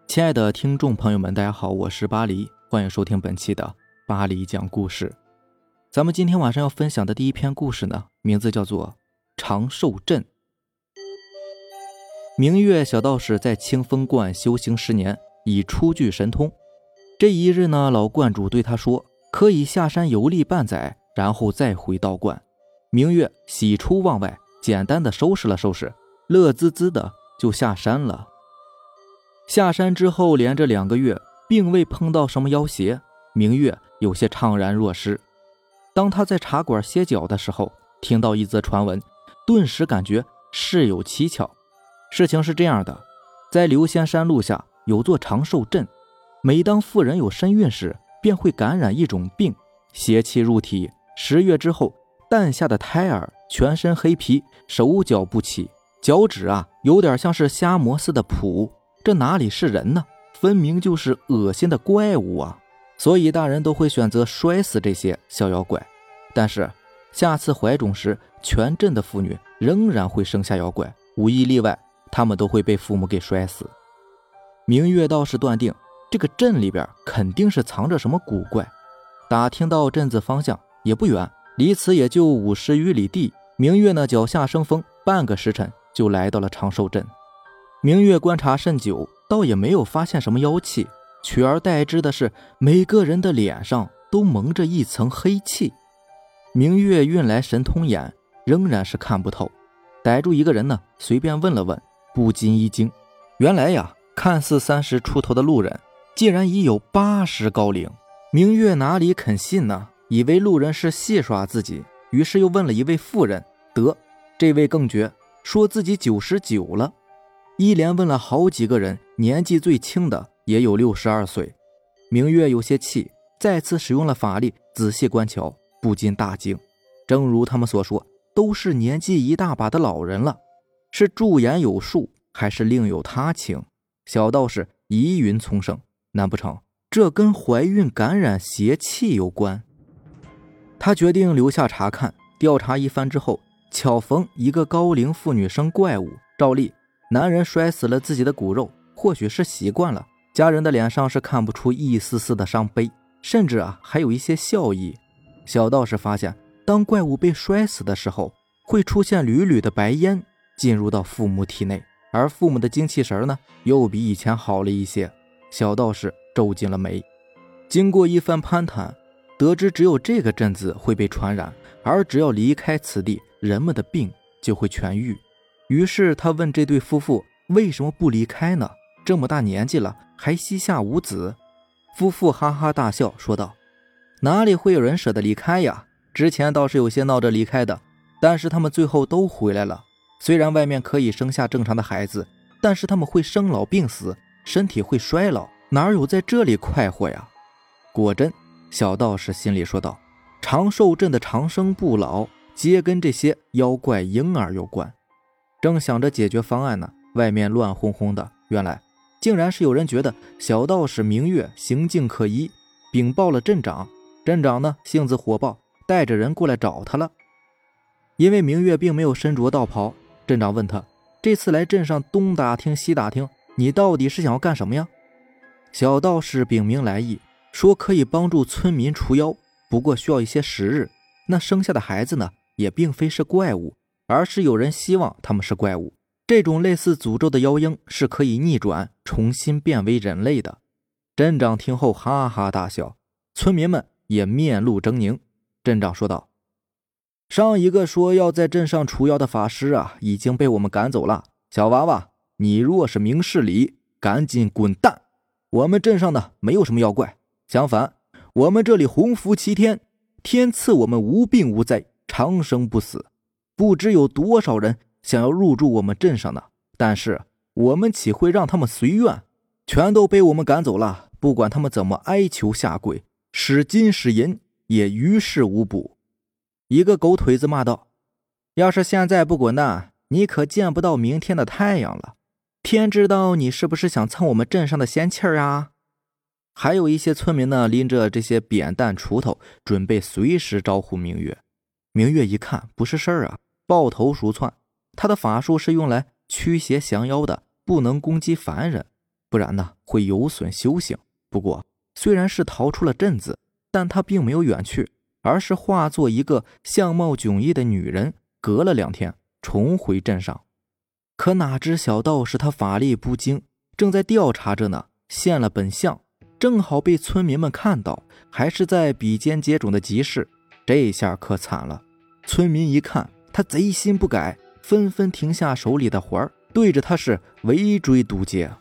亲爱的听众朋友们，大家好，我是巴黎，欢迎收听本期的巴黎讲故事。咱们今天晚上要分享的第一篇故事呢，名字叫做长寿镇。明月小道士在清风观修行10年，已初具神通。这一日呢，老观主对他说，可以下山游历半载，然后再回道观。明月喜出望外，简单的收拾了收拾，乐滋滋的就下山了。下山之后连着2个月并未碰到什么妖邪，明月有些怅然若失。当他在茶馆歇脚的时候，听到一则传闻，顿时感觉事有蹊跷。事情是这样的，在流仙山路下有座长寿镇，每当妇人有身孕时，便会感染一种病，邪气入体，10月之后诞下的胎儿全身黑皮，手脚不齐，脚趾有点像是虾蟆似的蹼，这哪里是人呢？分明就是恶心的怪物啊！所以大人都会选择摔死这些小妖怪。但是下次怀种时，全镇的妇女仍然会生下妖怪，无一例外，他们都会被父母给摔死。明月道士断定这个镇里边肯定是藏着什么古怪，打听到镇子方向也不远，离此也就50余里地。明月呢脚下生风，半个时辰就来到了长寿镇。明月观察甚久，倒也没有发现什么妖气，取而代之的是每个人的脸上都蒙着一层黑气。明月运来神通眼，仍然是看不透，逮住一个人呢，随便问了问，不禁一惊，原来看似30出头的路人，竟然已有80高龄。明月哪里肯信呢，以为路人是戏耍自己，于是又问了一位妇人，得，这位更绝，说自己99了。一连问了好几个人，年纪最轻的也有62岁。明月有些气，再次使用了法力仔细观瞧，不禁大惊。正如他们所说，都是年纪一大把的老人了，是驻颜有术还是另有他情？小道士疑云丛生，难不成这跟怀孕感染邪气有关？他决定留下查看，调查一番之后，巧逢一个高龄妇女生怪物，照例男人摔死了自己的骨肉，或许是习惯了，家人的脸上是看不出一丝丝的伤悲，甚至还有一些笑意。小道士发现，当怪物被摔死的时候，会出现缕缕的白烟进入到父母体内，而父母的精气神呢，又比以前好了一些。小道士皱紧了眉，经过一番攀谈，得知只有这个镇子会被传染，而只要离开此地，人们的病就会痊愈。于是他问这对夫妇为什么不离开呢？这么大年纪了，还膝下无子。夫妇哈哈大笑说道，哪里会有人舍得离开呀？之前倒是有些闹着离开的，但是他们最后都回来了。虽然外面可以生下正常的孩子，但是他们会生老病死，身体会衰老，哪有在这里快活呀？果真，小道士心里说道，长寿镇的长生不老皆跟这些妖怪婴儿有关。正想着解决方案呢，外面乱哄哄的，原来竟然是有人觉得小道士明月行径可疑，禀报了镇长。镇长呢性子火爆，带着人过来找他了。因为明月并没有身着道袍，镇长问他，这次来镇上东打听西打听，你到底是想要干什么呀？小道士禀明来意，说可以帮助村民除妖，不过需要一些时日。那生下的孩子呢，也并非是怪物，而是有人希望他们是怪物。这种类似诅咒的妖婴是可以逆转，重新变为人类的。镇长听后哈哈大笑，村民们也面露狰狞。镇长说道，上一个说要在镇上除妖的法师已经被我们赶走了。小娃娃，你若是明事理，赶紧滚蛋。我们镇上呢没有什么妖怪，相反，我们这里洪福齐天，天赐我们无病无灾，长生不死。不知有多少人想要入住我们镇上呢，但是我们岂会让他们随愿？全都被我们赶走了，不管他们怎么哀求下跪，使金使银也于事无补。一个狗腿子骂道，要是现在不滚蛋，你可见不到明天的太阳了。天知道你是不是想蹭我们镇上的仙气啊？还有一些村民呢，拎着这些扁担锄头，准备随时招呼明月。明月一看不是事儿抱头鼠窜。他的法术是用来驱邪降妖的，不能攻击凡人。 不然呢会有损修行。不过虽然是逃出了镇子，但他并没有远去，而是化作一个相貌迥异的女人，隔了2天重回镇上。可哪知小道士他法力不精，正在调查着呢，现了本相，正好被村民们看到，还是在比肩接踵的集市。这下可惨了，村民一看他贼心不改，纷纷停下手里的活儿，对着他是围追堵截。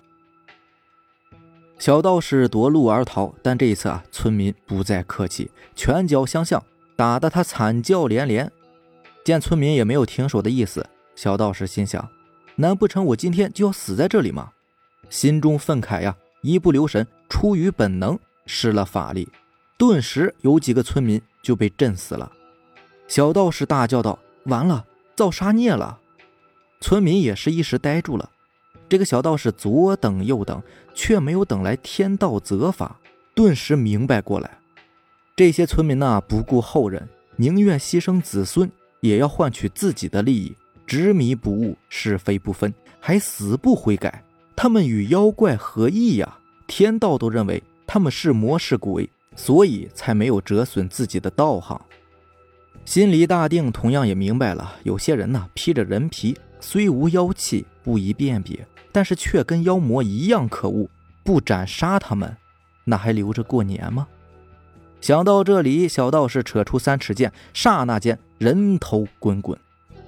小道士夺路而逃，但这一次村民不再客气，拳脚相向，打得他惨叫连连。见村民也没有停手的意思，小道士心想，难不成我今天就要死在这里吗？心中愤慨呀，一不留神，出于本能施了法力，顿时有几个村民就被震死了。小道士大叫道，完了，造杀孽了。村民也是一时呆住了。这个小道士左等右等，却没有等来天道责罚，顿时明白过来，这些村民不顾后人，宁愿牺牲子孙，也要换取自己的利益，执迷不悟，是非不分，还死不悔改。他们与妖怪何异呀？天道都认为他们是魔是鬼，所以才没有折损自己的道行。心里大定，同样也明白了，有些人披着人皮，虽无妖气，不宜辨别，但是却跟妖魔一样可恶，不斩杀他们，那还留着过年吗？想到这里，小道士扯出3尺剑，刹那间人头滚滚。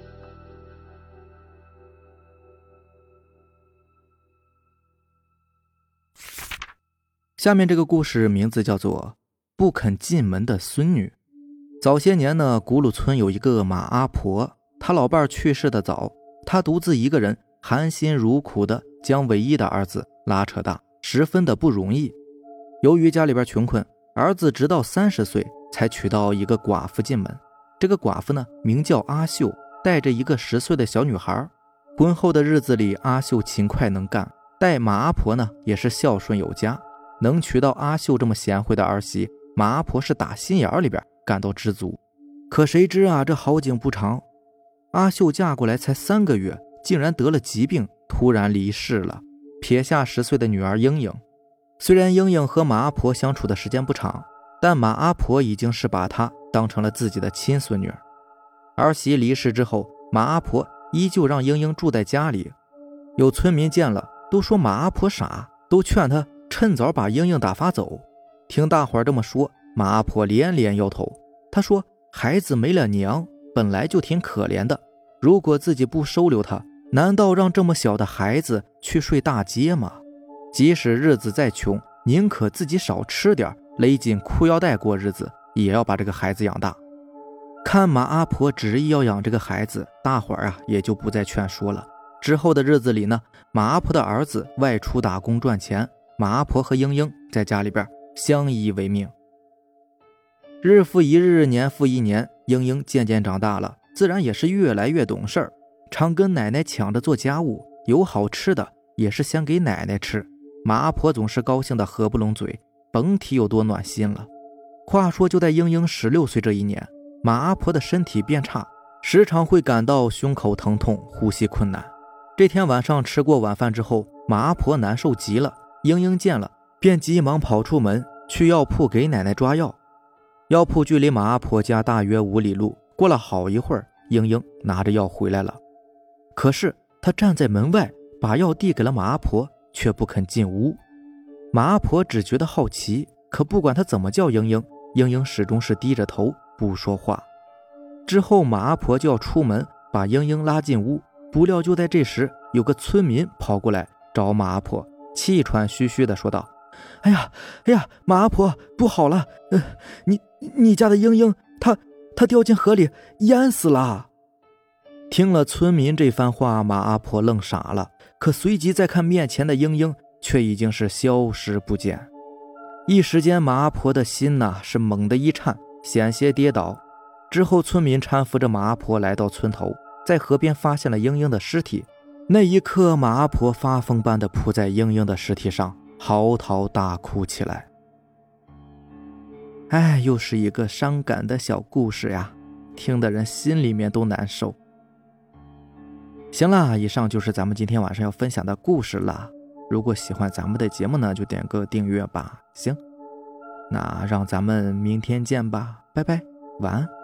下面这个故事名字叫做不肯进门的孙女。早些年呢，古鲁村有一个马阿婆，她老伴去世的早，她独自一个人含辛茹苦的将唯一的儿子拉扯大，十分的不容易。由于家里边穷困，儿子直到30岁才娶到一个寡妇进门。这个寡妇呢，名叫阿秀，带着一个10岁的小女孩。婚后的日子里，阿秀勤快能干，待马阿婆呢也是孝顺有加。能娶到阿秀这么贤惠的儿媳，马阿婆是打心眼里边感到知足。可谁知这好景不长，阿秀嫁过来才3个月，竟然得了疾病，突然离世了，撇下10岁的女儿英英。虽然英英和马阿婆相处的时间不长，但马阿婆已经是把她当成了自己的亲孙女儿。儿媳离世之后，马阿婆依旧让英英住在家里。有村民见了都说马阿婆傻，都劝她趁早把英英打发走。听大伙儿这么说，马阿婆连连摇头。她说孩子没了娘，本来就挺可怜的，如果自己不收留他，难道让这么小的孩子去睡大街吗？即使日子再穷，宁可自己少吃点，勒紧裤腰带过日子，也要把这个孩子养大。看马阿婆执意要养这个孩子，大伙儿也就不再劝说了。之后的日子里呢，马阿婆的儿子外出打工赚钱，马阿婆和英英在家里边相依为命。日复一日，年复一年，英英渐渐长大了，自然也是越来越懂事儿，常跟奶奶抢着做家务，有好吃的也是先给奶奶吃。马阿婆总是高兴的合不拢嘴，甭提有多暖心了。话说就在英英16岁这一年，马阿婆的身体变差，时常会感到胸口疼痛，呼吸困难。这天晚上吃过晚饭之后，马阿婆难受极了，英英见了便急忙跑出门去药铺给奶奶抓药。药铺距离马阿婆家大约5里路，过了好一会儿，英英拿着药回来了。可是她站在门外，把药递给了马阿婆，却不肯进屋。马阿婆只觉得好奇，可不管她怎么叫英英，英英始终是低着头不说话。之后马阿婆就要出门把英英拉进屋，不料就在这时，有个村民跑过来找马阿婆，气喘吁吁地说道：哎呀，马阿婆，不好了，你家的英英她掉进河里淹死了。听了村民这番话，马阿婆愣傻了，可随即再看面前的英英，却已经是消失不见。一时间马阿婆的心是猛地一颤，险些跌倒。之后村民搀扶着马阿婆来到村头，在河边发现了英英的尸体。那一刻，马阿婆发疯般地扑在英英的尸体上，嚎啕大哭起来。又是一个伤感的小故事呀，听的人心里面都难受。行了，以上就是咱们今天晚上要分享的故事了。 如果喜欢咱们的节目呢，就点个订阅吧。行，那让咱们明天见吧，拜拜，晚安。